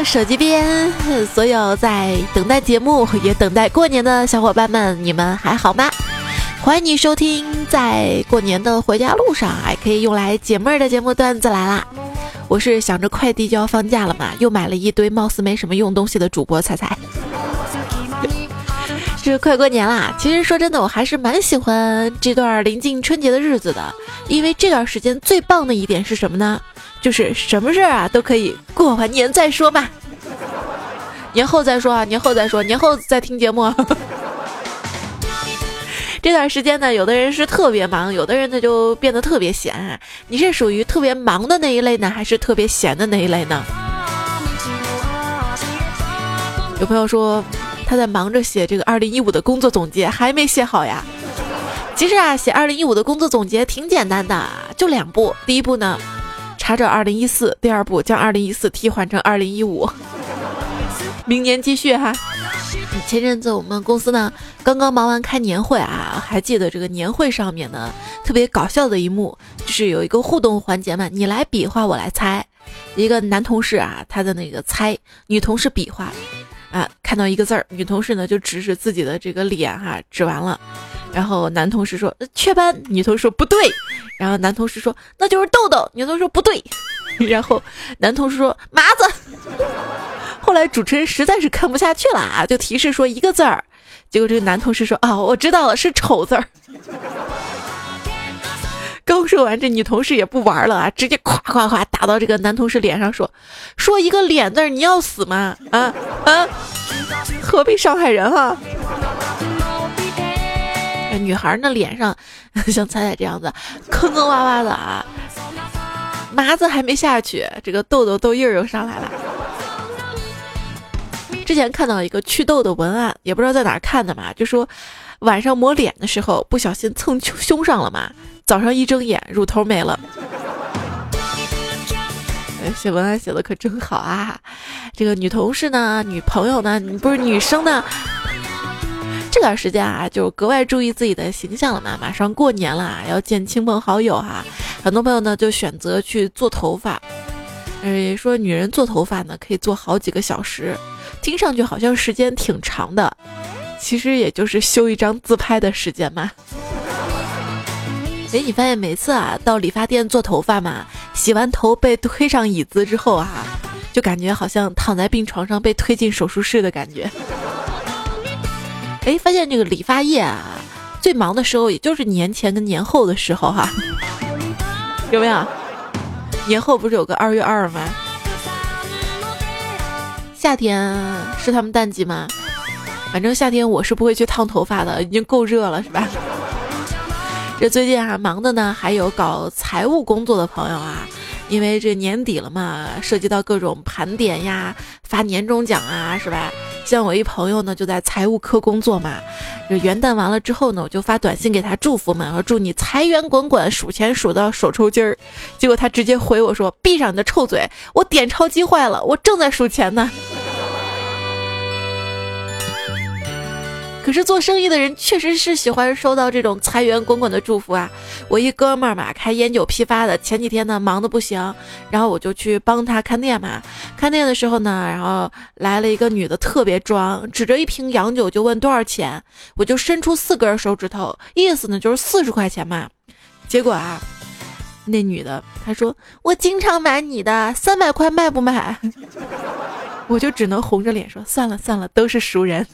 Hello， 手机边所有在等待节目也等待过年的小伙伴们，你们还好吗？欢迎你收听在过年的回家路上还可以用来解闷的节目段子来啦。我是想着快递就要放假了嘛，又买了一堆貌似没什么用东西的主播彩彩。这快过年啦，其实说真的，我还是蛮喜欢这段临近春节的日子的，因为这段时间最棒的一点是什么呢？就是什么事儿啊都可以过完年再说嘛，年后再说啊，年后再说，年后再听节目。这段时间呢，有的人是特别忙，有的人呢就变得特别闲。你是属于特别忙的那一类呢，还是特别闲的那一类呢？有朋友说他在忙着写这个2015的工作总结，还没写好呀。其实啊，写2015的工作总结挺简单的，就2步。第一步呢，查找2014，第二步将2014替换成2015，明年继续哈。前阵子我们公司呢刚刚忙完开年会啊，还记得这个年会上面呢特别搞笑的一幕，就是有一个互动环节嘛，你来比划我来猜。一个男同事啊，他的那个猜，女同事比划啊，看到一个字儿，女同事呢就指指自己的这个脸哈，指完了。然后男同事说雀斑，女同事说不对，然后男同事说那就是痘痘，女同事说不对，然后男同事说麻子。后来主持人实在是看不下去了啊，就提示说一个字儿，结果这个男同事说啊，我知道了，是丑字儿。刚说完，这女同事也不玩了啊，直接咵咵咵打到这个男同事脸上，说一个脸字儿，你要死吗？啊，何必伤害人哈？女孩呢脸上像彩彩这样子坑坑洼洼的啊，麻子还没下去，这个痘痘痘印儿又上来了。之前看到一个祛痘的文案，也不知道在哪儿看的嘛，就说晚上抹脸的时候不小心蹭胸上了嘛，早上一睁眼乳头没了。写文案写的可真好啊！这个女同事呢，女朋友呢，不是女生呢，这段时间啊，就格外注意自己的形象了嘛。马上过年了，要见亲朋好友哈，很多朋友呢就选择去做头发。说女人做头发呢可以做好几个小时，听上去好像时间挺长的，其实也就是修一张自拍的时间嘛。你发现每次啊到理发店做头发嘛，洗完头被推上椅子之后啊，就感觉好像躺在病床上被推进手术室的感觉。发现这个理发业啊最忙的时候也就是年前跟年后的时候哈，有没有？年后不是有个2月2吗？夏天是他们淡季吗？反正夏天我是不会去烫头发的，已经够热了是吧？这最近还忙的呢，还有搞财务工作的朋友啊，因为这年底了嘛，涉及到各种盘点呀、发年终奖啊，是吧？像我一朋友呢，就在财务科工作嘛，这元旦完了之后呢，我就发短信给他祝福嘛，说祝你财源滚滚，数钱数到手抽筋儿。结果他直接回我说：“闭上你的臭嘴，我点钞机坏了，我正在数钱呢。”可是做生意的人确实是喜欢收到这种财源滚滚的祝福啊！我一哥们儿嘛，开烟酒批发的，前几天呢忙得不行，然后我就去帮他看店嘛。看店的时候呢，然后来了一个女的，特别装，指着一瓶洋酒就问多少钱，我就伸出4根手指头，意思呢就是40块钱嘛。结果啊，那女的她说我经常买你的，300块卖不买？我就只能红着脸说算了算了，都是熟人。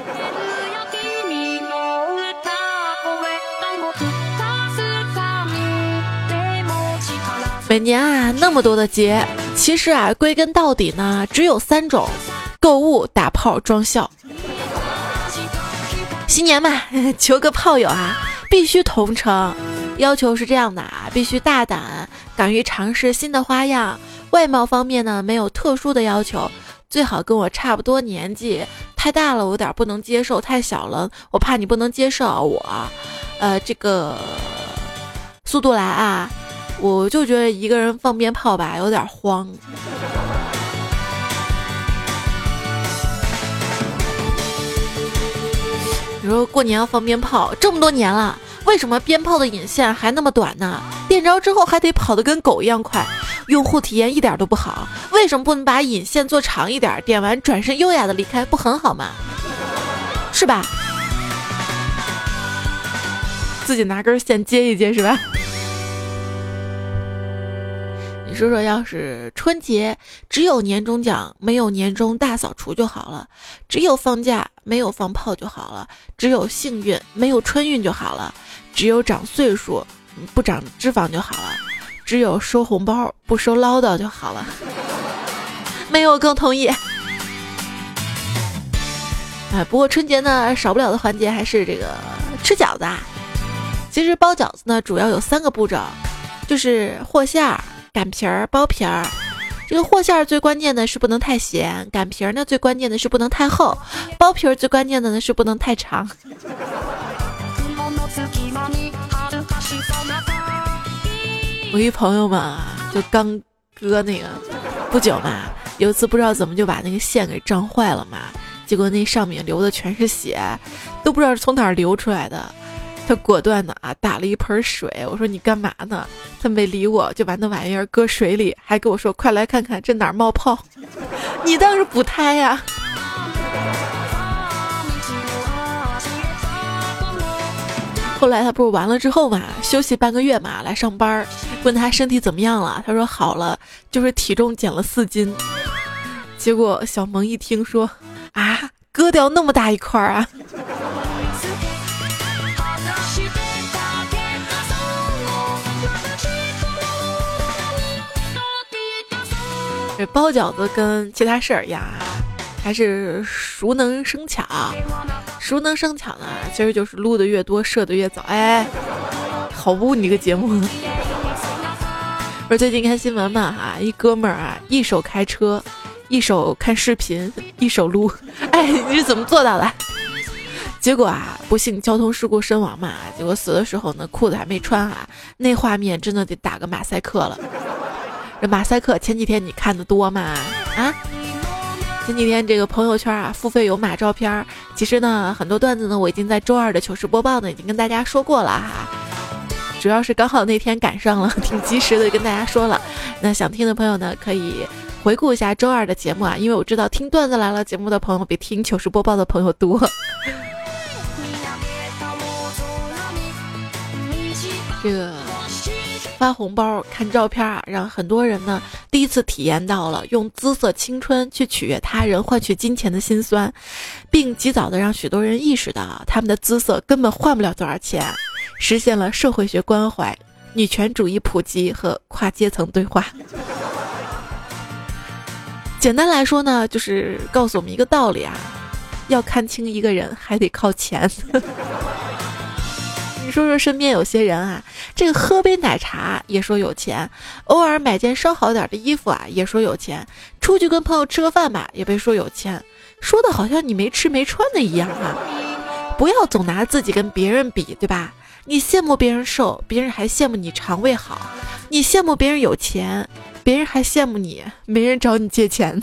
每年啊那么多的节，其实啊归根到底呢只有3种：购物、打炮、装笑。新年嘛，求个炮友啊，必须同城。要求是这样的啊，必须大胆，敢于尝试新的花样。外貌方面呢没有特殊的要求，最好跟我差不多年纪，太大了我有点不能接受，太小了我怕你不能接受我。这个速度来啊，我就觉得一个人放鞭炮吧有点慌。你说过年要放鞭炮，这么多年了，为什么鞭炮的引线还那么短呢？点着之后还得跑得跟狗一样快。 用户体验一点都不好，为什么不能把引线做长一点，点完转身优雅的离开，不很好吗？是吧？自己拿根线接一接是吧？你说说，要是春节只有年终奖没有年终大扫除就好了，只有放假没有放炮就好了，只有幸运没有春运就好了，只有长岁数不长脂肪就好了，只有收红包不收唠叨就好了。没有更同意。不过春节呢，少不了的环节还是这个吃饺子啊。其实包饺子呢，主要有3个步骤，就是和馅儿、擀皮儿、包皮儿。这个和馅儿最关键的是不能太咸，擀皮儿呢最关键的是不能太厚，包皮儿最关键的呢是不能太长。我一朋友嘛，就刚割那个不久嘛，有一次不知道怎么就把那个线给胀坏了嘛，结果那上面流的全是血，都不知道是从哪儿流出来的。他果断的打了一盆水，我说你干嘛呢？他没理我，就把那玩意儿搁水里，还跟我说快来看看这哪儿冒泡。你当时补胎呀。后来他不是完了之后嘛，休息半个月嘛，来上班，问他身体怎么样了，他说好了，就是体重减了4斤。结果小萌一听说割掉那么大一块啊。这包饺子跟其他事儿一样还是熟能生巧。熟能生巧呢，其实就是撸得越多射得越早。好污你个节目。不是最近看新闻嘛一哥们儿一手开车，一手看视频，一手撸。你是怎么做到的？结果不幸交通事故身亡嘛。结果死的时候呢，裤子还没穿那画面真的得打个马赛克了。这马赛克前几天你看的多吗？前几天这个朋友圈付费有马照片，其实呢很多段子呢我已经在周二的糗事播报呢已经跟大家说过了主要是刚好那天赶上了，挺及时的跟大家说了。那想听的朋友呢可以回顾一下周二的节目因为我知道听段子来了节目的朋友比听糗事播报的朋友多。这个发红包看照片让很多人呢第一次体验到了用姿色青春去取悦他人换取金钱的辛酸，并及早的让许多人意识到他们的姿色根本换不了多少钱，实现了社会学关怀、女权主义普及和跨阶层对话。简单来说呢，就是告诉我们一个道理要看清一个人还得靠钱。你说说身边有些人这个喝杯奶茶也说有钱，偶尔买件稍好点的衣服也说有钱，出去跟朋友吃个饭吧也被说有钱，说的好像你没吃没穿的一样不要总拿自己跟别人比，对吧？你羡慕别人瘦，别人还羡慕你肠胃好；你羡慕别人有钱，别人还羡慕你没人找你借钱。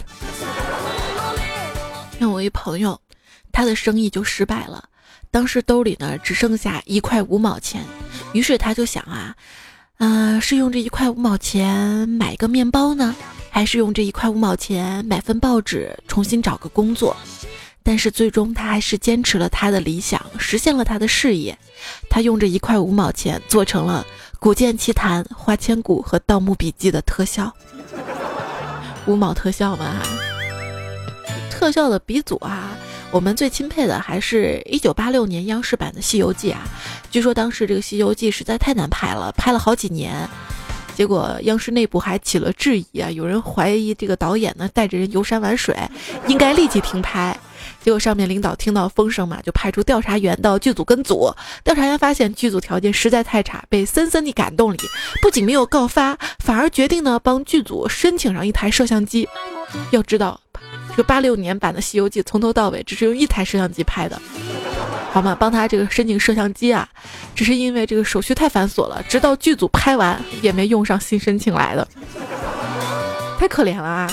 像我一朋友，他的生意就失败了。当时兜里呢只剩下1块5毛钱，于是他就想是用这1块5毛钱买个面包呢，还是用这1块5毛钱买份报纸重新找个工作？但是最终他还是坚持了他的理想，实现了他的事业。他用这1块5毛钱做成了《古剑奇谭》《花千骨》和《盗墓笔记》的特效，5毛特效嘛。特效的鼻祖我们最钦佩的还是1986年央视版的《西游记》据说当时这个《西游记》实在太难拍了，拍了好几年，结果央视内部还起了质疑有人怀疑这个导演呢带着人游山玩水，应该立即停拍。结果上面领导听到风声嘛，就派出调查员到剧组跟组。调查员发现剧组条件实在太差，被深深地感动了，不仅没有告发，反而决定呢帮剧组申请上1台摄像机。要知道这个86年版的《西游记》从头到尾只是用1台摄像机拍的，好吗？帮他这个申请摄像机只是因为这个手续太繁琐了，直到剧组拍完也没用上新申请来的，太可怜了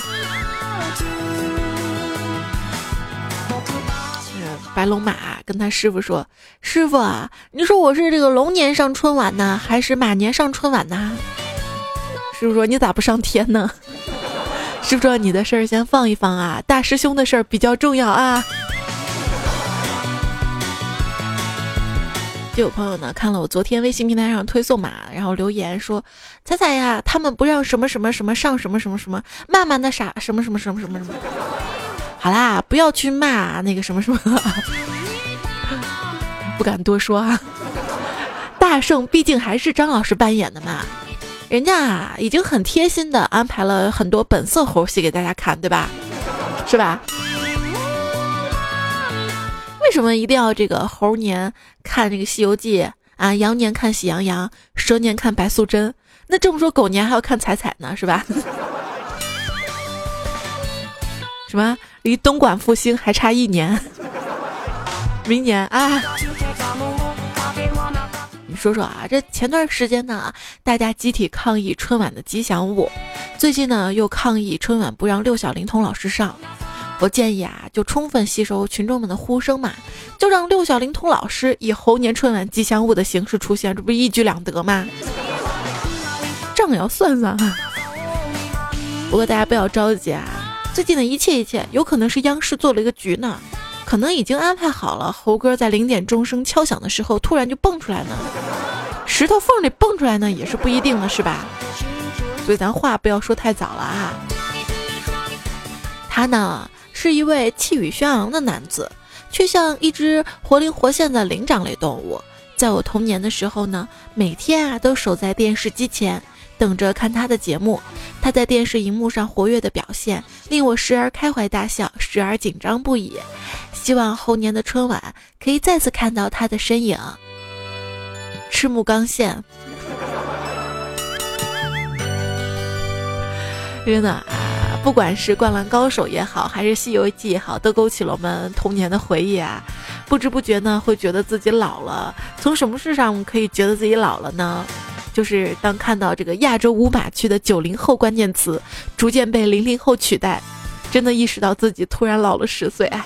白龙马跟他师傅说：“师傅你说我是这个龙年上春晚呢，还是马年上春晚呢？” 师傅说你咋不上天呢？师傅说你的事儿先放一放啊，大师兄的事儿比较重要啊。就有朋友呢看了我昨天微信平台上推送嘛，然后留言说彩彩呀，他们不让什么什么什么上什么什么什么，骂骂那啥什么什么什么什么什么。好啦，不要去骂那个什么什么，不敢多说啊。大圣毕竟还是张老师扮演的嘛，人家啊已经很贴心的安排了很多本色猴戏给大家看，对吧？是吧？为什么一定要这个猴年看这个《西游记》啊，羊年看《喜羊羊》，蛇年看白素贞？那这么说，狗年还要看彩彩呢，是吧？什么？离东莞复兴还差1年，明年啊！你说说啊，这前段时间呢，大家集体抗议春晚的吉祥物，最近呢又抗议春晚不让六小龄童老师上。我建议啊，就充分吸收群众们的呼声嘛，就让六小龄童老师以猴年春晚吉祥物的形式出现，这不是一举两得吗？账要算算啊。不过大家不要着急啊，最近的一切有可能是央视做了一个局呢，可能已经安排好了，猴哥在0点钟声敲响的时候突然就蹦出来呢，石头缝里蹦出来呢也是不一定的，是吧？所以咱话不要说太早了啊。他呢是一位气宇轩昂的男子，却像一只活灵活现的灵长类动物。在我童年的时候呢，每天啊都守在电视机前，等着看他的节目。他在电视荧幕上活跃的表现，令我时而开怀大笑，时而紧张不已。希望后年的春晚可以再次看到他的身影。赤木刚宪，真的啊，不管是灌篮高手也好，还是西游记也好，都勾起了我们童年的回忆啊。不知不觉呢，会觉得自己老了。从什么事上可以觉得自己老了呢？就是当看到这个亚洲五马区的90后关键词逐渐被00后取代，真的意识到自己突然老了10岁。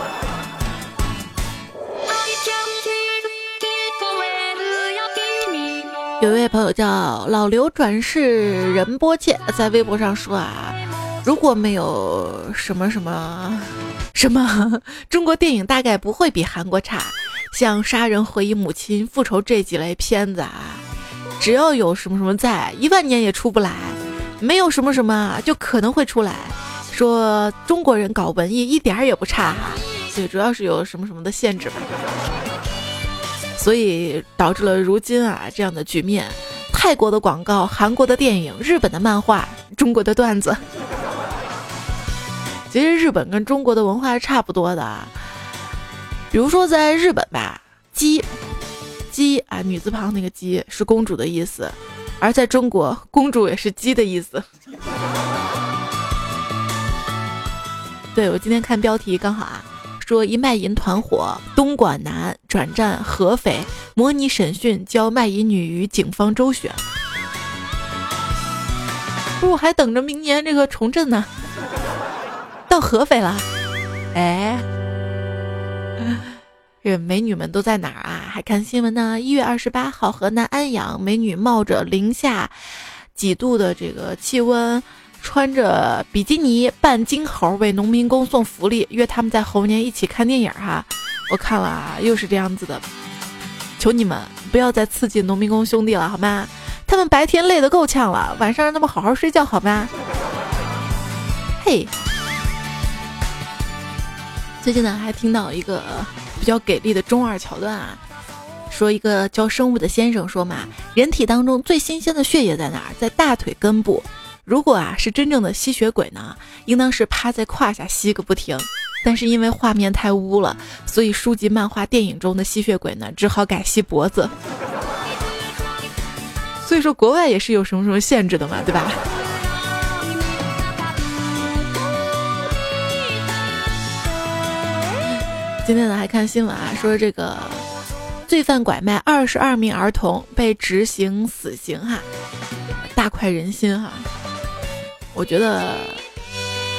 有一位朋友叫老刘转世仁波切，在微博上说啊，如果没有什么什么什么，中国电影大概不会比韩国差。像杀人、回忆母亲、复仇这几类片子啊，只要有什么什么在，10000年也出不来。没有什么什么就可能会出来。说中国人搞文艺一点儿也不差，最主要是有什么什么的限制吧。所以导致了如今啊这样的局面：泰国的广告、韩国的电影、日本的漫画、中国的段子。其实日本跟中国的文化是差不多的，比如说在日本吧，姬啊，女字旁那个姬是公主的意思，而在中国，公主也是鸡的意思。对，我今天看标题刚好啊，说一卖淫团伙，东莞男转战合肥，模拟审讯教卖淫女与警方周旋。不是，我还等着明年这个重振呢，到合肥了。哎，这美女们都在哪儿啊？还看新闻呢。1月28号，河南安阳，美女冒着零下几度的这个气温，穿着比基尼扮金猴为农民工送福利，约他们在猴年一起看电影哈。我看了啊，又是这样子的，求你们不要再刺激农民工兄弟了好吗？他们白天累得够呛了，晚上让他们好好睡觉好吗？嘿，最近呢还听到一个比较给力的中二桥段啊，说一个教生物的先生说嘛，人体当中最新鲜的血液在哪儿？在大腿根部。如果啊是真正的吸血鬼呢，应当是趴在胯下吸个不停。但是因为画面太污了，所以书籍、漫画、电影中的吸血鬼呢，只好改吸脖子。所以说国外也是有什么什么限制的嘛，对吧？今天呢还看新闻啊，说这个罪犯拐卖22名儿童被执行死刑哈，大快人心哈。我觉得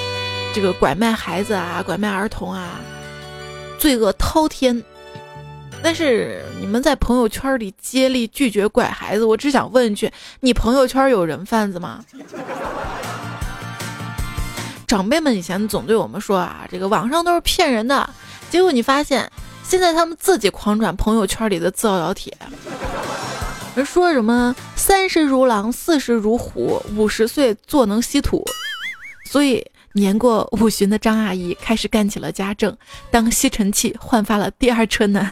这个拐卖孩子啊，拐卖儿童啊，罪恶滔天， 但是你们在朋友圈里接力拒绝拐孩子，我只想问一句，你朋友圈有人贩子吗？长辈们以前总对我们说啊，这个网上都是骗人的，结果你发现现在他们自己狂转朋友圈里的造谣帖，人说什么30如狼，40如虎，50岁做能稀土，所以年过50的张阿姨开始干起了家政，当吸尘器焕发了第2车男。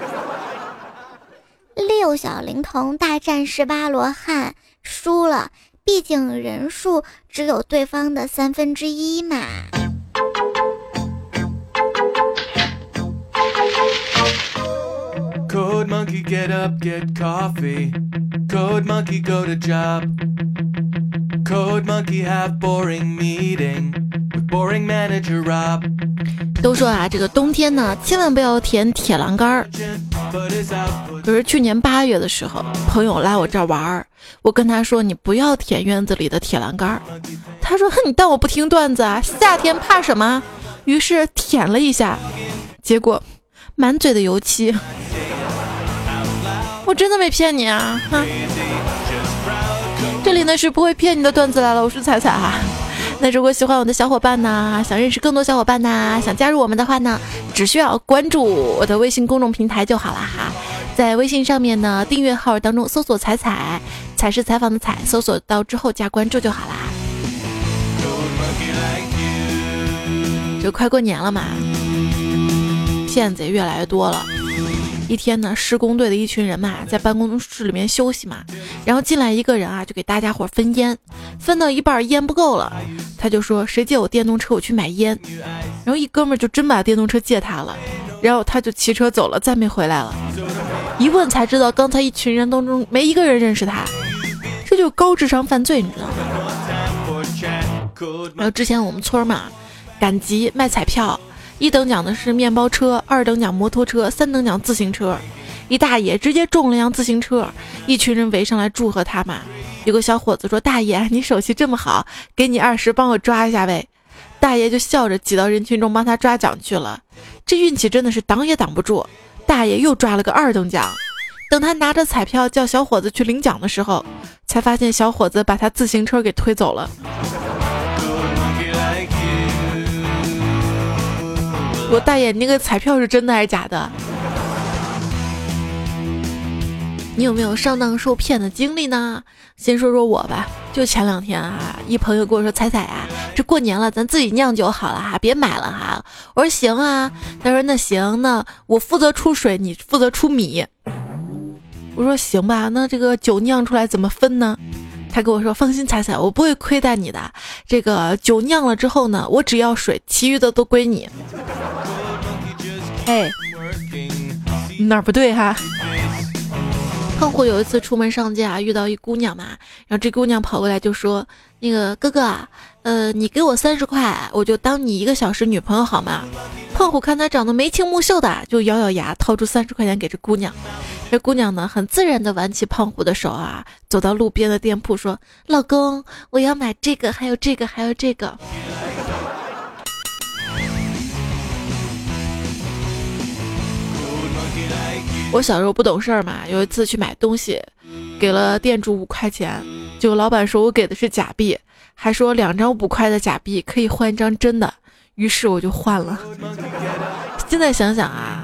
6小龄童大战18罗汉，输了，毕竟人数只有对方的1/3嘛。 Code monkey get up, get coffee. Code monkey go to job. Code monkey have boring meeting with boring manager Rob. 都说啊，这个冬天呢，千万不要舔铁栏杆。可是去年8月的时候，朋友来我这儿玩儿，我跟他说你不要舔院子里的铁栏杆。他说你当我不听段子啊？夏天怕什么？于是舔了一下，结果满嘴的油漆。我真的没骗你啊！这里呢是不会骗你的段子来了，我是彩彩哈。那如果喜欢我的小伙伴呢，想认识更多小伙伴呢，想加入我们的话呢，只需要关注我的微信公众平台就好了哈。在微信上面呢，订阅号当中搜索彩彩，彩是采访的彩，搜索到之后加关注就好啦。就快过年了嘛，骗子也越来越多了。一天呢，施工队的一群人嘛，在办公室里面休息嘛，然后进来一个人啊，就给大家伙分烟，分到一半烟不够了，他就说谁借我电动车我去买烟，然后一哥们儿就真把电动车借他了，然后他就骑车走了，再没回来了。一问才知道，刚才一群人当中没一个人认识他，这就是高智商犯罪，你知道吗？然后之前我们村嘛，赶集卖彩票。1等奖的是面包车，2等奖摩托车，3等奖自行车。一大爷直接中了辆自行车，一群人围上来祝贺他嘛。有个小伙子说：“大爷，你手气这么好，给你20，帮我抓一下呗。”大爷就笑着挤到人群中帮他抓奖去了。这运气真的是挡也挡不住，大爷又抓了个2等奖。等他拿着彩票叫小伙子去领奖的时候，才发现小伙子把他自行车给推走了。我大爷，你那个彩票是真的还是假的？你有没有上当受骗的经历呢？先说说我吧，就前2天啊，一朋友跟我说：“彩彩啊，这过年了，咱自己酿酒好了哈，别买了哈。”我说：“行啊。”他说：“那行，那我负责出水，你负责出米。”我说：“行吧，那这个酒酿出来怎么分呢？”他跟我说：“放心，彩彩，我不会亏待你的。这个酒酿了之后呢，我只要水，其余的都归你。”哎，哪儿不对哈？胖虎有一次出门上街啊，遇到一姑娘嘛，然后这姑娘跑过来就说：“那个哥哥啊，你给我30块，我就当你1个小时女朋友好吗？”胖虎看他长得眉清目秀的，就咬咬牙掏出30块钱给这姑娘。这姑娘呢，很自然地挽起胖虎的手啊，走到路边的店铺说：“老公，我要买这个，还有这个，还有这个。”我小时候不懂事儿嘛，有一次去买东西，给了店主5块钱，结果老板说我给的是假币，还说2张5块的假币可以换1张真的，于是我就换了。现在想想啊，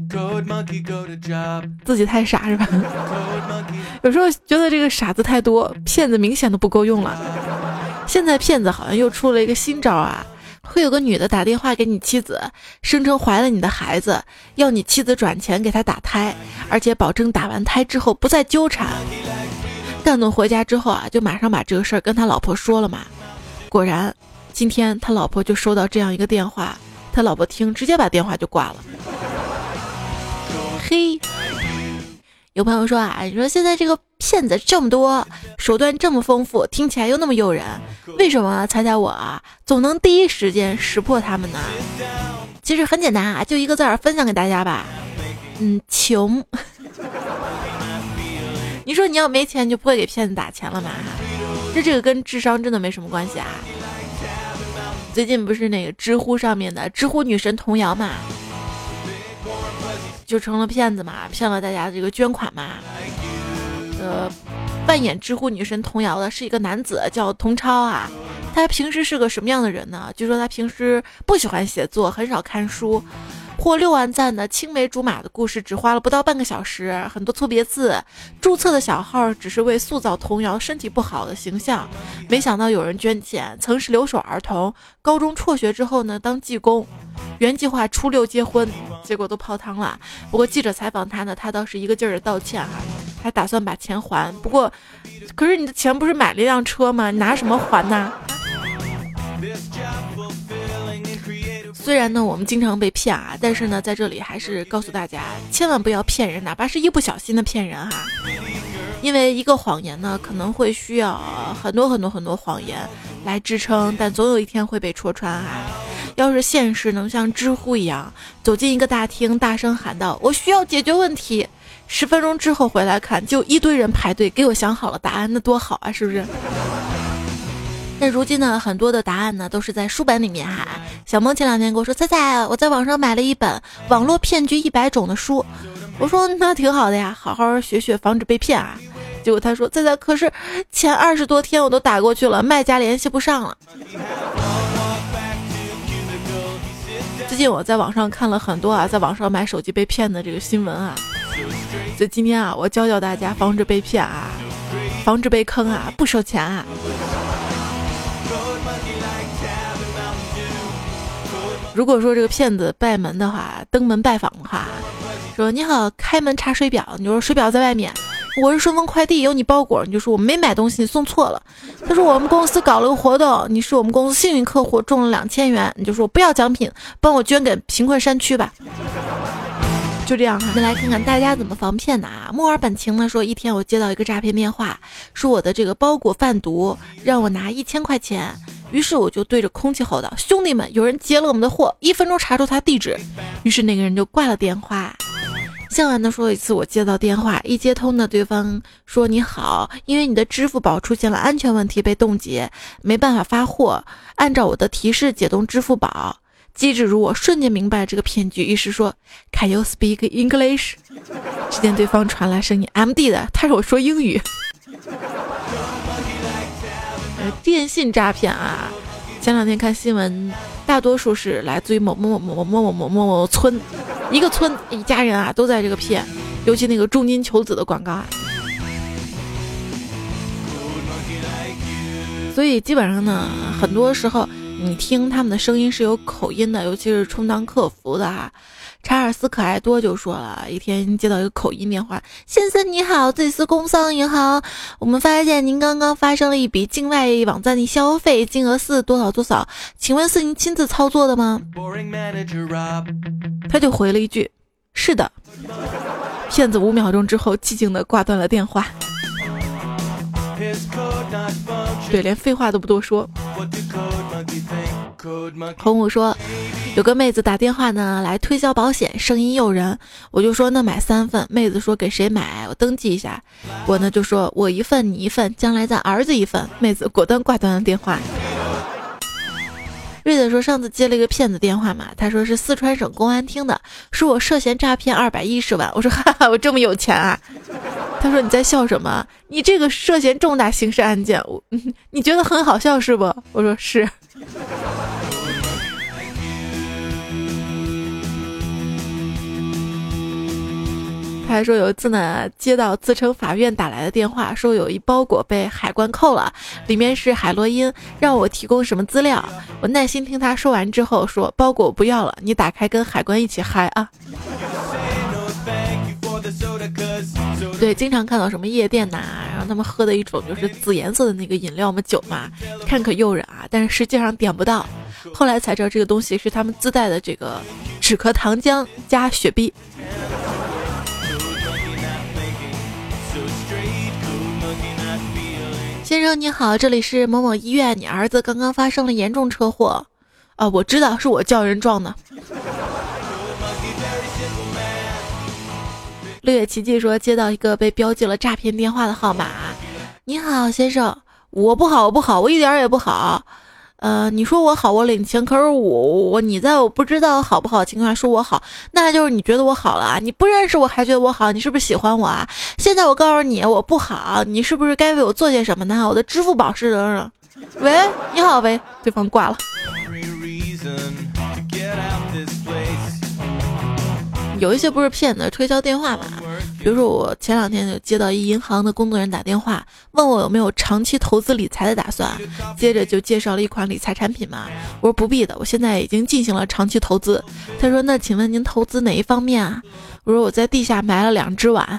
自己太傻是吧？有时候觉得这个傻子太多，骗子明显都不够用了。现在骗子好像又出了一个新招啊，会有个女的打电话给你妻子，声称怀了你的孩子，要你妻子转钱给他打胎，而且保证打完胎之后不再纠缠。干总回家之后啊，就马上把这个事儿跟他老婆说了嘛。果然，今天他老婆就收到这样一个电话，他老婆听直接把电话就挂了。嘿，有朋友说啊，你说现在这个骗子这么多，手段这么丰富，听起来又那么诱人，为什么猜猜我啊总能第一时间识破他们呢？其实很简单啊，就一个字儿，分享给大家吧。穷。你说你要没钱，你就不会给骗子打钱了吗？这个跟智商真的没什么关系啊。最近不是那个知乎上面的知乎女神童谣嘛， 就成了骗子嘛，骗了大家的这个捐款嘛。扮演知乎女神童谣的是一个男子，叫童超啊。他平时是个什么样的人呢？据说他平时不喜欢写作，很少看书。获6万赞的青梅竹马的故事只花了不到半个小时，很多错别字，注册的小号只是为塑造童谣身体不好的形象。没想到有人捐钱，曾是留守儿童，高中辍学之后呢当技工，原计划初6结婚，结果都泡汤了。不过记者采访他呢，他倒是一个劲儿的道歉还打算把钱还。不过可是你的钱不是买了一辆车吗？你拿什么还呢？虽然呢我们经常被骗啊，但是呢在这里还是告诉大家，千万不要骗人，哪怕是一不小心的骗人哈。因为一个谎言呢可能会需要很多谎言来支撑，但总有一天会被戳穿啊。要是现实能像知乎一样走进一个大厅，大声喊道我需要解决问题，10分钟之后回来看就一堆人排队给我想好了答案，那多好啊，是不是？但如今呢，很多的答案呢都是在书本里面哈。小萌前2天跟我说，彩彩，我在网上买了一本网络骗局100种的书。我说那挺好的呀，好好学学，防止被骗啊。结果他说，彩彩，可是前20多天我都打过去了，卖家联系不上了。最近我在网上看了很多在网上买手机被骗的这个新闻啊，所以今天我教教大家防止被骗防止被坑不收钱如果说这个骗子拜门的话，登门拜访的话，说你好，开门查水表，你说水表在外面，我是顺丰快递有你包裹，你就说我没买东西，你送错了。他说我们公司搞了个活动，你是我们公司幸运客户，中了2000元，你就说不要奖品，帮我捐给贫困山区吧。就这样我们来看看大家怎么防骗的墨尔本晴呢说，一天我接到一个诈骗电话，说我的这个包裹贩毒，让我拿1000块钱。于是我就对着空气吼道，兄弟们，有人劫了我们的货，1分钟查出他地址。于是那个人就挂了电话。像完的说，一次我接到电话，一接通呢，对方说你好，因为你的支付宝出现了安全问题被冻结，没办法发货，按照我的提示解冻支付宝。机智如我瞬间明白这个骗局，于是说 Can you speak English？ 只见对方传来声音 MD 的，他让我说英语。电信诈骗前2天看新闻，大多数是来自于某村，一个村一家人都在这个骗，尤其那个重金求子的广告所以基本上呢，很多时候你听他们的声音是有口音的，尤其是充当客服的查尔斯可爱多就说了，一天接到一个口音电话，先生你好，这里是工商银行，我们发现您刚刚发生了一笔境外网站的消费，金额是多少多少，请问是您亲自操作的吗？他就回了一句是的。骗子5秒钟之后寂静地挂断了电话。对，连废话都不多说。红武说，有个妹子打电话呢来推销保险，声音诱人，我就说那买3份，妹子说给谁买，我登记一下，我呢就说我1份你1份，将来咱儿子1份，妹子果断挂断了电话。瑞子说，上次接了一个骗子电话嘛，他说是四川省公安厅的，说我涉嫌诈骗210万，我说哈哈，我这么有钱啊。他说你在笑什么？你这个涉嫌重大刑事案件，你觉得很好笑是不？我说是。他还说有一次呢，接到自称法院打来的电话，说有一包裹被海关扣了，里面是海洛因，让我提供什么资料。我耐心听他说完之后说，包裹不要了，你打开跟海关一起嗨啊。对，经常看到什么夜店然后他们喝的一种就是紫颜色的那个饮料嘛，酒嘛，看可诱人但是实际上点不到。后来才知道这个东西是他们自带的这个止咳糖浆加雪碧。先生你好，这里是某某医院，你儿子刚刚发生了严重车祸。我知道是我叫人撞的。六月奇迹说，接到一个被标记了诈骗电话的号码。你好先生，我不好，我一点也不好。 你说我好，我领情，可是你在我不知道好不好的情况下说我好，那就是你觉得我好了啊？你不认识我还觉得我好，你是不是喜欢我啊？现在我告诉你我不好，你是不是该为我做些什么呢？我的支付宝是人。喂，你好，喂，对方挂了。有一些不是骗子推销电话嘛，比如说我前2天就接到一银行的工作人员打电话，问我有没有长期投资理财的打算，接着就介绍了一款理财产品嘛。我说不必的，我现在已经进行了长期投资。他说那请问您投资哪一方面啊？我说我在地下埋了2只碗。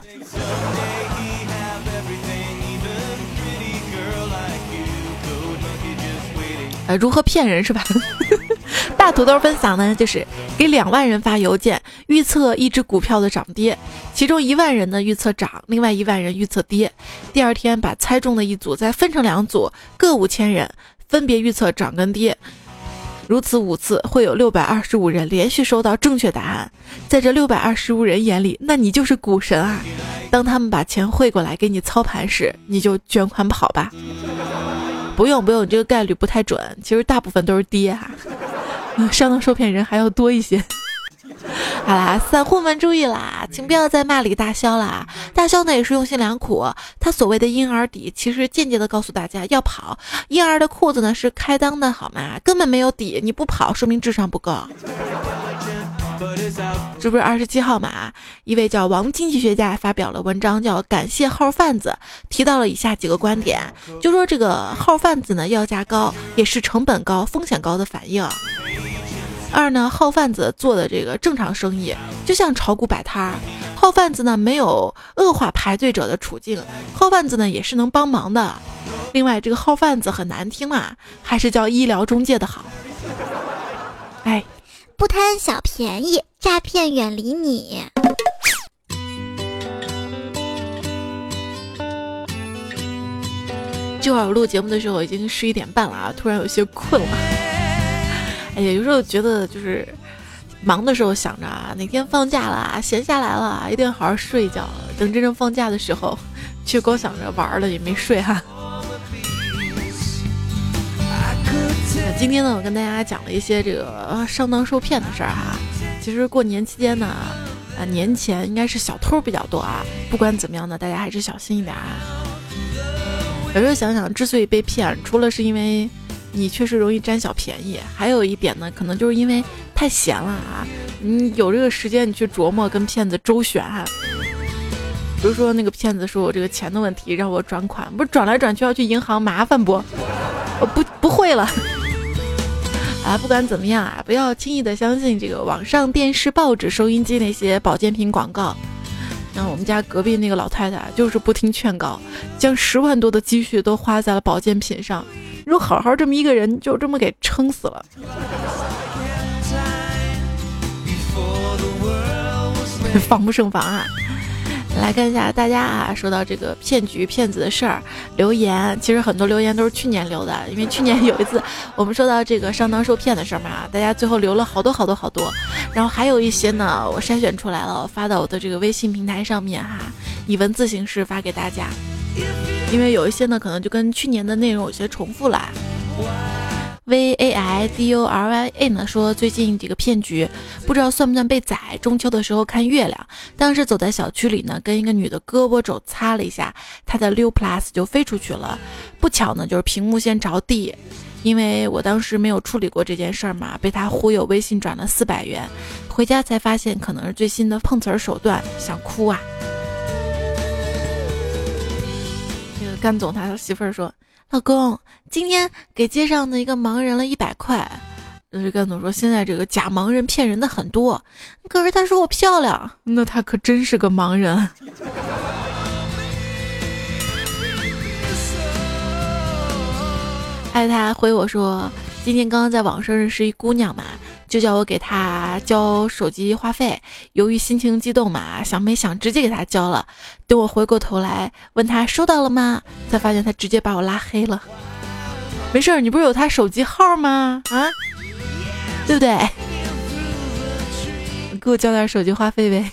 如何骗人是吧？大土豆分享呢，就是给2万人发邮件，预测一只股票的涨跌，其中1万人呢预测涨，另外1万人预测跌。第2天把猜中的一组再分成2组，各5000人，分别预测涨跟跌。如此5次，会有625人连续收到正确答案。在这625人眼里，那你就是股神啊！当他们把钱汇过来给你操盘时，你就卷款跑吧。不用，这个概率不太准，其实大部分都是跌啊。上当受骗人还要多一些。好啦，散户们注意啦，请不要再骂李大霄啦。大霄呢也是用心良苦，他所谓的婴儿底，其实间接的告诉大家要跑。婴儿的裤子呢是开裆的好吗？根本没有底，你不跑说明智商不够。这不是27号嘛？一位叫王经济学家发表了文章，叫《感谢号贩子》，提到了以下几个观点，就说这个号贩子呢要价高，也是成本高、风险高的反应。2呢，号贩子做的这个正常生意，就像炒股摆摊儿，号贩子呢没有恶化排队者的处境，号贩子呢也是能帮忙的。另外，这个号贩子很难听嘛，还是叫医疗中介的好。哎。 不贪小便宜，诈骗远离你。 这会儿我录节目的时候已经11点半了啊，突然有些困了。哎呀，有时候觉得就是忙的时候想着啊，哪天放假了，闲下来了，一定好好睡一觉。等真正放假的时候，却光想着玩了，也没睡哈。今天呢，我跟大家讲了一些这个上当受骗的事儿哈。其实过年期间呢，年前应该是小偷比较多啊。不管怎么样呢，大家还是小心一点啊。有时候想想，之所以被骗，除了是因为你确实容易占小便宜，还有一点呢，可能就是因为太闲了啊。你有这个时间，你去琢磨跟骗子周旋啊。比如说那个骗子说我这个钱的问题，让我转款，不是转来转去要去银行麻烦不？我不会了。啊，不管怎么样啊，不要轻易的相信这个网上、电视、报纸、收音机那些保健品广告。像我们家隔壁那个老太太，就是不听劝告，将10万多的积蓄都花在了保健品上。你说好好这么一个人，就这么给撑死了。防不胜防啊！来看一下大家啊，说到这个骗局骗子的事儿，留言其实很多留言都是去年留的，因为去年有一次我们说到这个上当受骗的事儿嘛，大家最后留了好多，然后还有一些呢我筛选出来了，发到我的这个微信平台上面哈，以文字形式发给大家，因为有一些呢可能就跟去年的内容有些重复了。VAIDURYA 呢说最近这个骗局不知道算不算被宰。中秋的时候看月亮，当时走在小区里呢，跟一个女的胳膊肘擦了一下，她的6 plus 就飞出去了。不巧呢，就是屏幕先着地，因为我当时没有处理过这件事儿嘛，被他忽悠微信转了400元，回家才发现可能是最新的碰瓷儿手段，想哭啊。这个甘总他媳妇儿说，老公，今天给街上的一个盲人了100块。甘总说，现在这个假盲人骗人的很多，可是他说我漂亮，那他可真是个盲人。爱他回我说，今天刚刚在网上认识一姑娘嘛，就叫我给她交手机话费，由于心情激动嘛，想没想直接给她交了。等我回过头来问她收到了吗，才发现她直接把我拉黑了。没事儿，你不是有她手机号吗？啊，对不对？你给我交点手机话费呗。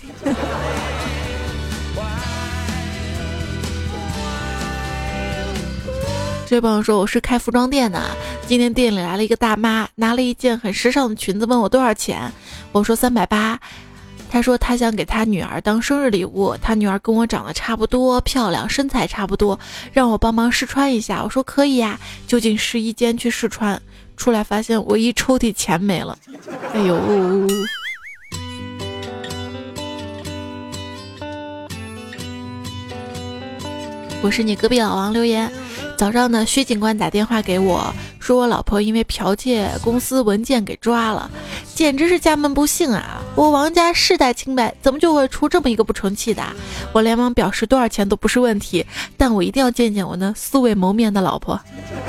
这位朋友说，我是开服装店的， 今天店里来了一个大妈，拿了一件很时尚的裙子，问我多少钱，我说380。她说她想给她女儿当生日礼物，她女儿跟我长得差不多，漂亮，身材差不多，让我帮忙试穿一下。我说可以呀，就进试衣间去试穿，出来发现我一抽屉钱没了。哎呦！我是你隔壁老王留言，早上呢，薛警官打电话给我，说我老婆因为剽窃公司文件给抓了，简直是家门不幸啊！我王家世代清白，怎么就会出这么一个不成器的？我连忙表示多少钱都不是问题，但我一定要见见我那素未谋面的老婆。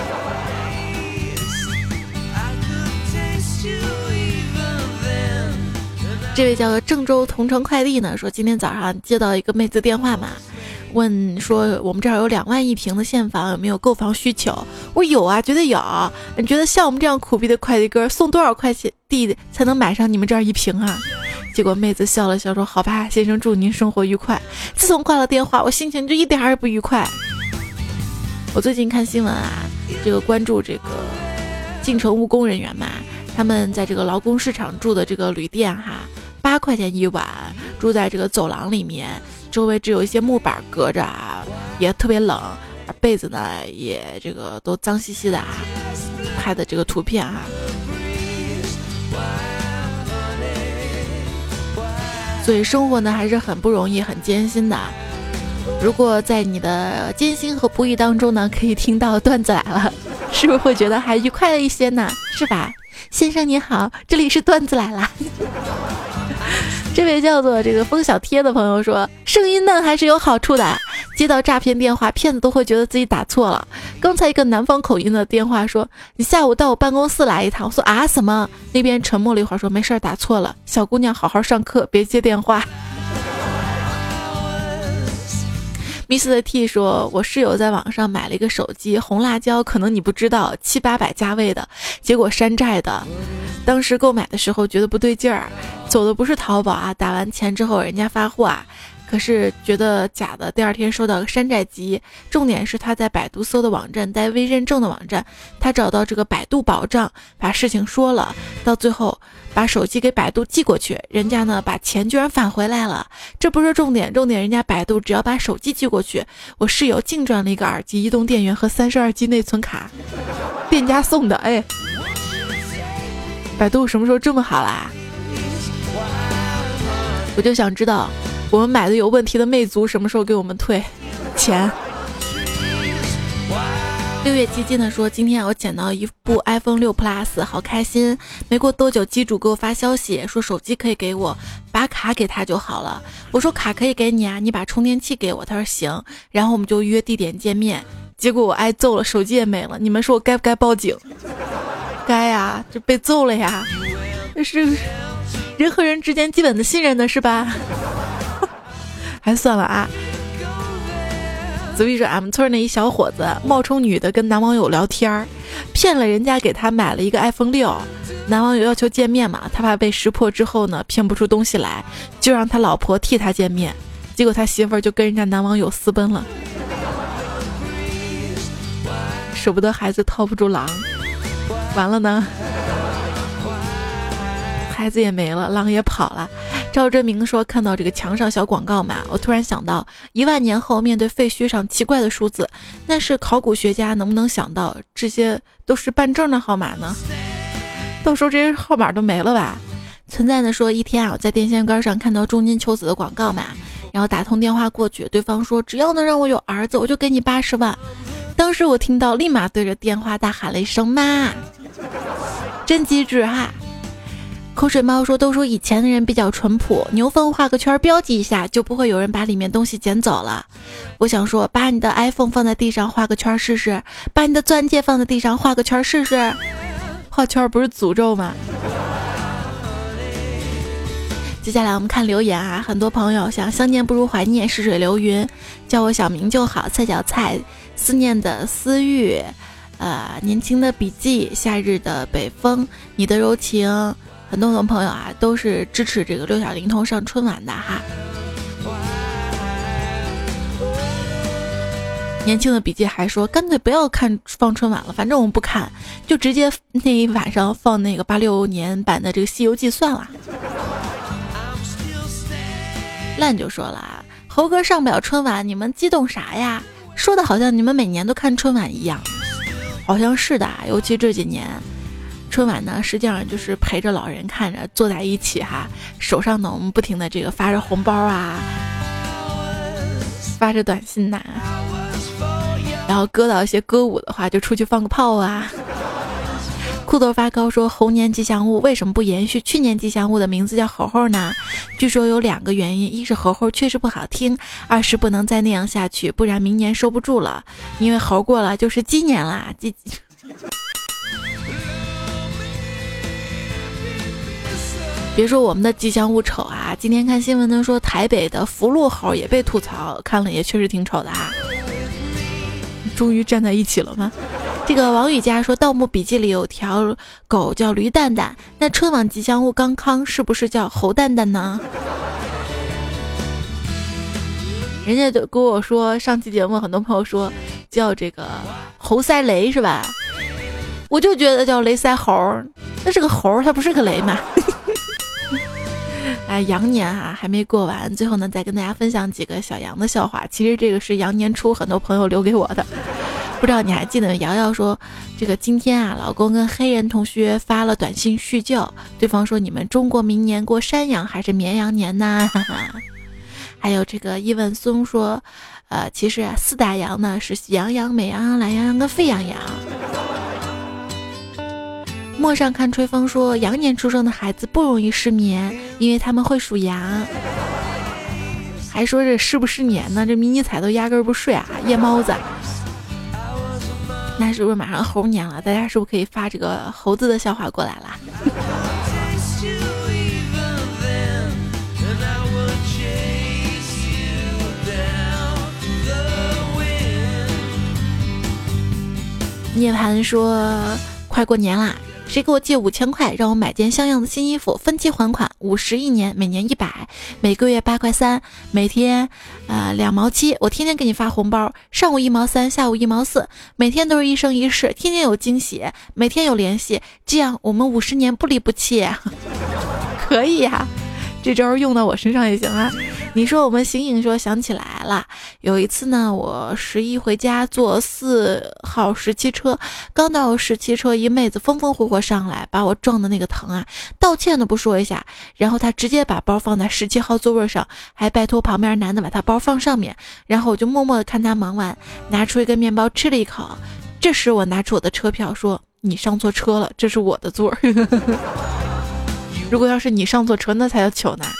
这位叫做郑州同城快递呢，说今天早上接到一个妹子电话嘛，问说我们这儿有2万1平的现房，有没有购房需求？我有啊，绝对有。你觉得像我们这样苦逼的快递哥送多少块钱地才能买上你们这儿1平啊？结果妹子笑了笑说，好吧，先生，祝您生活愉快。自从挂了电话，我心情就一点儿也不愉快。我最近看新闻啊，这个关注这个进城务工人员嘛，他们在这个劳工市场住的这个旅店哈，8块钱一晚，住在这个走廊里面，周围只有一些木板隔着啊，也特别冷，被子呢也这个都脏兮兮的啊，拍的这个图片哈。所以生活呢还是很不容易，很艰辛的。如果在你的艰辛和不易当中呢，可以听到段子来了，是不是会觉得还愉快了一些呢？是吧？先生你好，这里是段子来了。这位叫做这个风小贴的朋友说，声音嫩还是有好处的，接到诈骗电话，骗子都会觉得自己打错了。刚才一个南方口音的电话说，你下午到我办公室来一趟。我说啊什么？那边沉默了一会儿说，没事，打错了，小姑娘好好上课，别接电话。Miss 的 T 说，我室友在网上买了一个手机，红辣椒，可能你不知道，700-800价位的，结果山寨的。当时购买的时候觉得不对劲儿，走的不是淘宝啊，打完钱之后人家发货啊，可是觉得假的，第二天收到个山寨机。重点是他在百度搜的网站带微认证的网站，他找到这个百度保障，把事情说了，到最后把手机给百度寄过去，人家呢把钱居然返回来了。这不是重点，重点人家百度只要把手机寄过去，我室友净赚了一个耳机、移动电源和32G 内存卡，店家送的。哎，百度什么时候这么好啦？我就想知道我们买的有问题的魅族什么时候给我们退钱。6月基金的说，今天我捡到一部 iPhone 6 Plus， 好开心。没过多久，机主给我发消息说手机可以给我，把卡给他就好了。我说卡可以给你啊，你把充电器给我。他说行，然后我们就约地点见面。结果我挨揍了，手机也没了。你们说我该不该报警？该呀，这被揍了呀，这是人和人之间基本的信任的是吧？还算了啊。子玉说，俺们村那一小伙子冒充女的跟男网友聊天，骗了人家给他买了一个 iPhone 6，男网友要求见面嘛，他怕被识破之后呢骗不出东西来，就让他老婆替他见面，结果他媳妇儿就跟人家男网友私奔了。舍不得孩子套不住狼，完了呢，孩子也没了，狼也跑了。赵真明说，看到这个墙上小广告嘛，我突然想到1万年后面对废墟上奇怪的数字，那是考古学家能不能想到这些都是办证的号码呢？到时候这些号码都没了吧？存在的说，一天啊，我在电线杆上看到重金求子的广告嘛，然后打通电话过去，对方说只要能让我有儿子，我就给你80万。当时我听到，立马对着电话大喊了一声妈，真机智哈！口水猫说，都说以前的人比较淳朴，牛粪画个圈标记一下，就不会有人把里面东西捡走了。我想说，把你的 iPhone 放在地上画个圈试试，把你的钻戒放在地上画个圈试试。画圈不是诅咒吗？接下来我们看留言啊，很多朋友想相念不如怀念，逝水流云，叫我小名就好，菜脚菜，思念的思域，年轻的笔记，夏日的北风，你的柔情。很多朋友啊都是支持这个6小龄童上春晚的哈。 年轻的笔记还说，干脆不要放春晚了，反正我们不看，就直接那一晚上放那个86年版的这个《西游记》算了。烂就说了，猴哥上不了春晚，你们激动啥呀？说的好像你们每年都看春晚一样。好像是的，尤其这几年春晚呢，实际上就是陪着老人看着，坐在一起哈，手上呢我们不停的这个发着红包啊，发着短信呐，然后搁到一些歌舞的话就出去放个炮啊。裤头发高说，猴年吉祥物为什么不延续去年吉祥物的名字叫猴猴呢？据说有2个原因，一是猴猴确实不好听，二是不能再那样下去，不然明年收不住了，因为猴过了就是鸡年啦。别说我们的吉祥物丑啊，今天看新闻呢说台北的福禄猴也被吐槽，看了也确实挺丑的啊。终于站在一起了吗？这个王雨佳说，盗墓笔记里有条狗叫驴蛋蛋，那春晚吉祥物刚康是不是叫猴蛋蛋呢？人家就跟我说，上期节目很多朋友说叫这个猴塞雷是吧？我就觉得叫雷塞猴，那是个猴，它不是个雷嘛。哎，羊年啊还没过完，最后呢再跟大家分享几个小羊的笑话。其实这个是羊年初很多朋友留给我的，不知道你还记得？瑶瑶说，这个今天啊，老公跟黑人同学发了短信叙旧，对方说你们中国明年过山羊还是绵羊年呢？还有这个伊文松说，其实啊4大羊呢是喜羊羊、美羊羊、懒羊羊跟沸羊羊。陌上看吹风说，羊年出生的孩子不容易失眠，因为他们会数羊。还说这失不失眠呢？这迷你彩都压根不睡啊，夜猫子。那是不是马上猴年了？大家是不是可以发这个猴子的笑话过来啦？涅槃说，快过年啦，谁给我借5000块，让我买件像样的新衣服，分期还款，50一年，每年100，每个月8块3，每天2毛7，我天天给你发红包，上午1毛3，下午1毛4，每天都是一生一世，天天有惊喜，每天有联系，这样我们50年不离不弃。可以呀，这招用到我身上也行啊。你说我们醒醒说想起来了，有一次呢，我11回家坐4号17车，刚到17车，一妹子风风火火上来，把我撞的那个疼啊，道歉都不说一下，然后她直接把包放在17号座位上，还拜托旁边男的把她包放上面，然后我就默默的看她忙完，拿出一个面包吃了一口，这时我拿出我的车票说，你上错车了，这是我的座。如果要是你上错车，那才叫糗呢。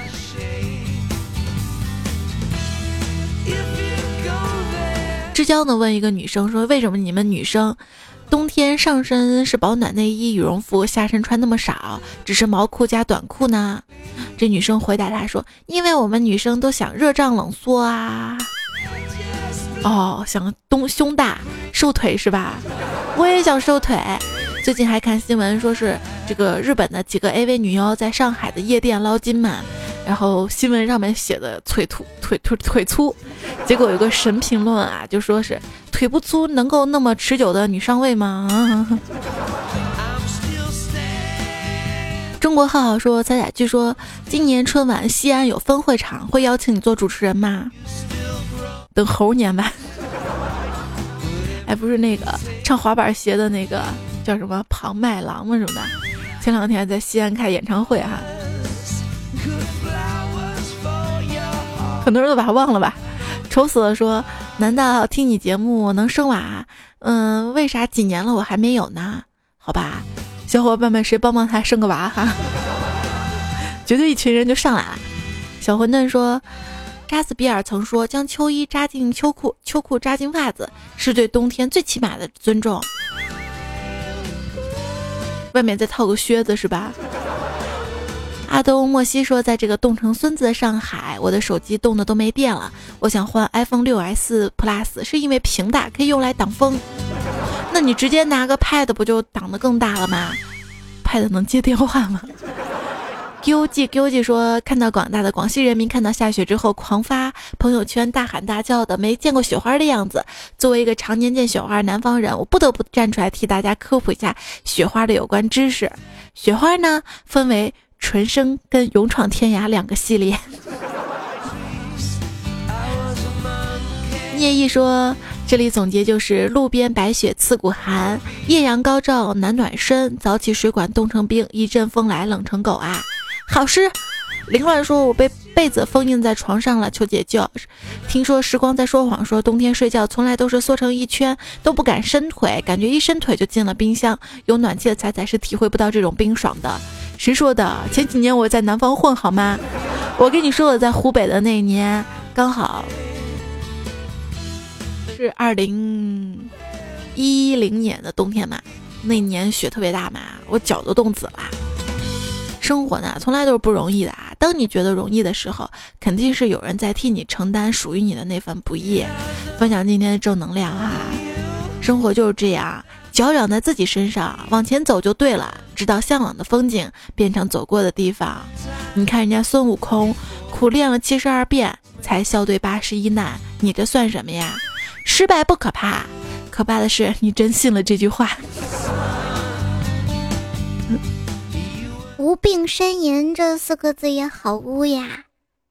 之交呢问一个女生说，为什么你们女生冬天上身是保暖内衣羽绒服，下身穿那么少，只是毛裤加短裤呢？这女生回答他说，因为我们女生都想热胀冷缩啊。哦，想胸大瘦腿是吧？我也想瘦腿。最近还看新闻说是这个日本的几个 AV 女优在上海的夜店捞金嘛，然后新闻上面写的腿粗，结果有个神评论啊，就说是腿不粗能够那么持久的女上位吗？中国浩浩说，彩彩据说今年春晚西安有分会场，会邀请你做主持人吗？等猴年吧。哎，不是那个唱滑板鞋的那个叫什么庞麦郎吗什么的，前2天在西安开演唱会哈，很多人都把他忘了吧。愁死了说，难道听你节目能生娃？为啥几年了我还没有呢？好吧，小伙伴们谁帮他生个娃哈，绝对一群人就上来了。小混沌说，扎斯比尔曾说，将秋衣扎进秋裤，秋裤扎进袜子，是对冬天最起码的尊重。外面再套个靴子是吧？阿东莫西说，在这个冻成孙子的上海，我的手机冻得都没电了，我想换 iPhone 6s Plus， 是因为屏大可以用来挡风。那你直接拿个 Pad 不就挡得更大了吗？ Pad 能接电话吗？ 丢记说，看到广大的广西人民看到下雪之后狂发朋友圈大喊大叫的，没见过雪花的样子。作为一个常年见雪花的南方人，我不得不站出来替大家科普一下雪花的有关知识。雪花呢，分为纯生跟勇闯天涯两个系列。聂毅说，这里总结就是路边白雪刺骨寒，艳阳高照暖暖身，早起水管冻成冰，一阵风来冷成狗啊。好诗。凌乱说，我被被子封印在床上了，求解救。听说时光在说谎，说冬天睡觉从来都是缩成一圈，都不敢伸腿，感觉一伸腿就进了冰箱。有暖气的彩是体会不到这种冰爽的。谁说的？前几年我在南方混好吗？我跟你说，我在湖北的那一年刚好是2010年的冬天嘛，那年雪特别大嘛，我脚都冻紫了。生活呢，从来都是不容易的啊。当你觉得容易的时候，肯定是有人在替你承担属于你的那份不易。分享今天的正能量啊！生活就是这样，脚长在自己身上，往前走就对了，直到向往的风景变成走过的地方。你看人家孙悟空苦练了72变才笑对81难，你这算什么呀？失败不可怕，可怕的是你真信了这句话。 无病呻吟这4个字也好污呀。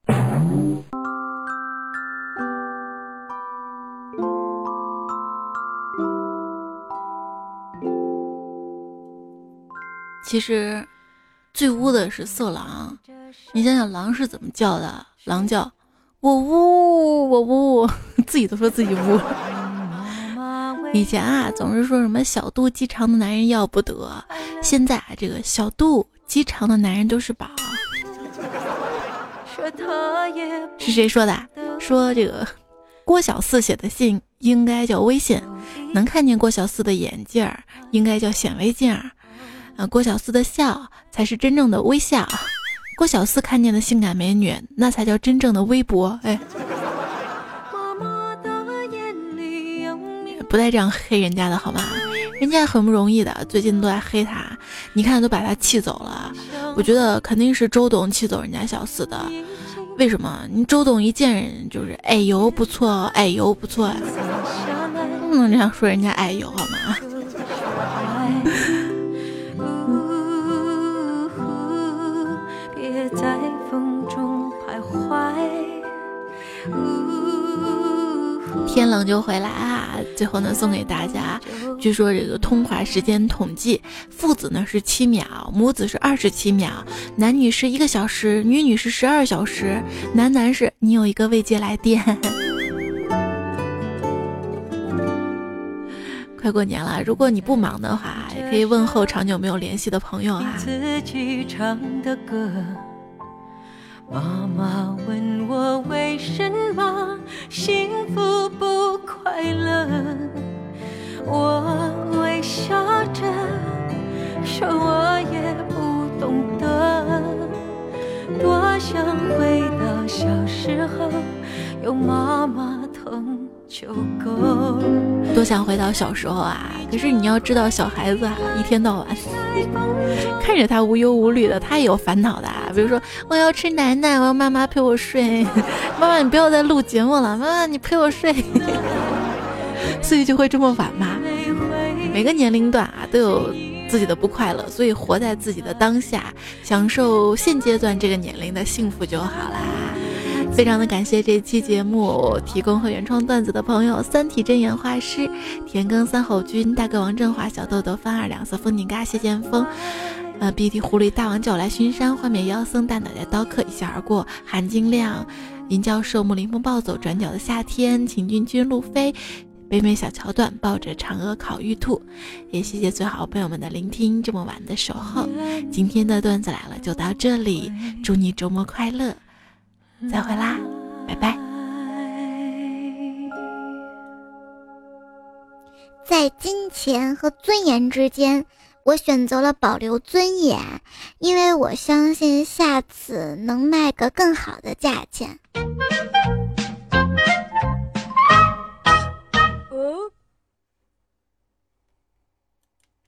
其实最污的是色狼，你想想狼是怎么叫的？狼叫我污我污，自己都说自己污。以前啊总是说什么小肚鸡肠的男人要不得，现在这个小肚鸡肠的男人都是宝。是谁说的？说这个郭小四写的信应该叫微信，能看见郭小四的眼镜儿应该叫显微镜儿。郭小四的笑才是真正的微笑，郭小四看见的性感美女那才叫真正的微博。哎，不带这样黑人家的好吗？人家很不容易的，最近都在黑他，你看都把他气走了。我觉得肯定是周董气走人家小四的。为什么？你周董一见人就是哎呦不错，哎呦不错呀，不能这样说人家哎呦好吗？别在风中徘徊。天冷就回来啊！最后呢，送给大家，据说这个通话时间统计，父子呢是7秒，母子是27秒，男女是1个小时，女女是12小时，男是你有一个未接来电。快过年了，如果你不忙的话，也可以问候长久没有联系的朋友啊。自己唱的歌，妈妈问我为什么幸福不快乐，我微笑着说我也不懂得，多想回到小时候，有妈妈疼就够。多想回到小时候啊！可是你要知道，小孩子啊，一天到晚看着他无忧无虑的，他也有烦恼的啊。比如说，我要吃奶奶，我要妈妈陪我睡。妈妈，你不要再录节目了，妈妈你陪我睡。所以就会这么晚嘛。每个年龄段啊，都有自己的不快乐，所以活在自己的当下，享受现阶段这个年龄的幸福就好啦。非常的感谢这期节目提供和原创段子的朋友：三体真言画师、田耕、三后君、大哥王振华、小豆豆、范二、两色风景嘎、谢剑锋、BT 狐狸、大王叫我来巡山、幻灭妖僧、大脑袋刀客、一笑而过、韩金亮、林教授、木林风暴走、转角的夏天、秦君君、路飞、北美小桥段、抱着嫦娥烤玉兔。也谢谢最好朋友们的聆听，这么晚的守候。今天的段子来了就到这里，祝你周末快乐，再会啦，拜拜。 在金钱和尊严之间，我选择了保留尊严，因为我相信下次能卖个更好的价钱。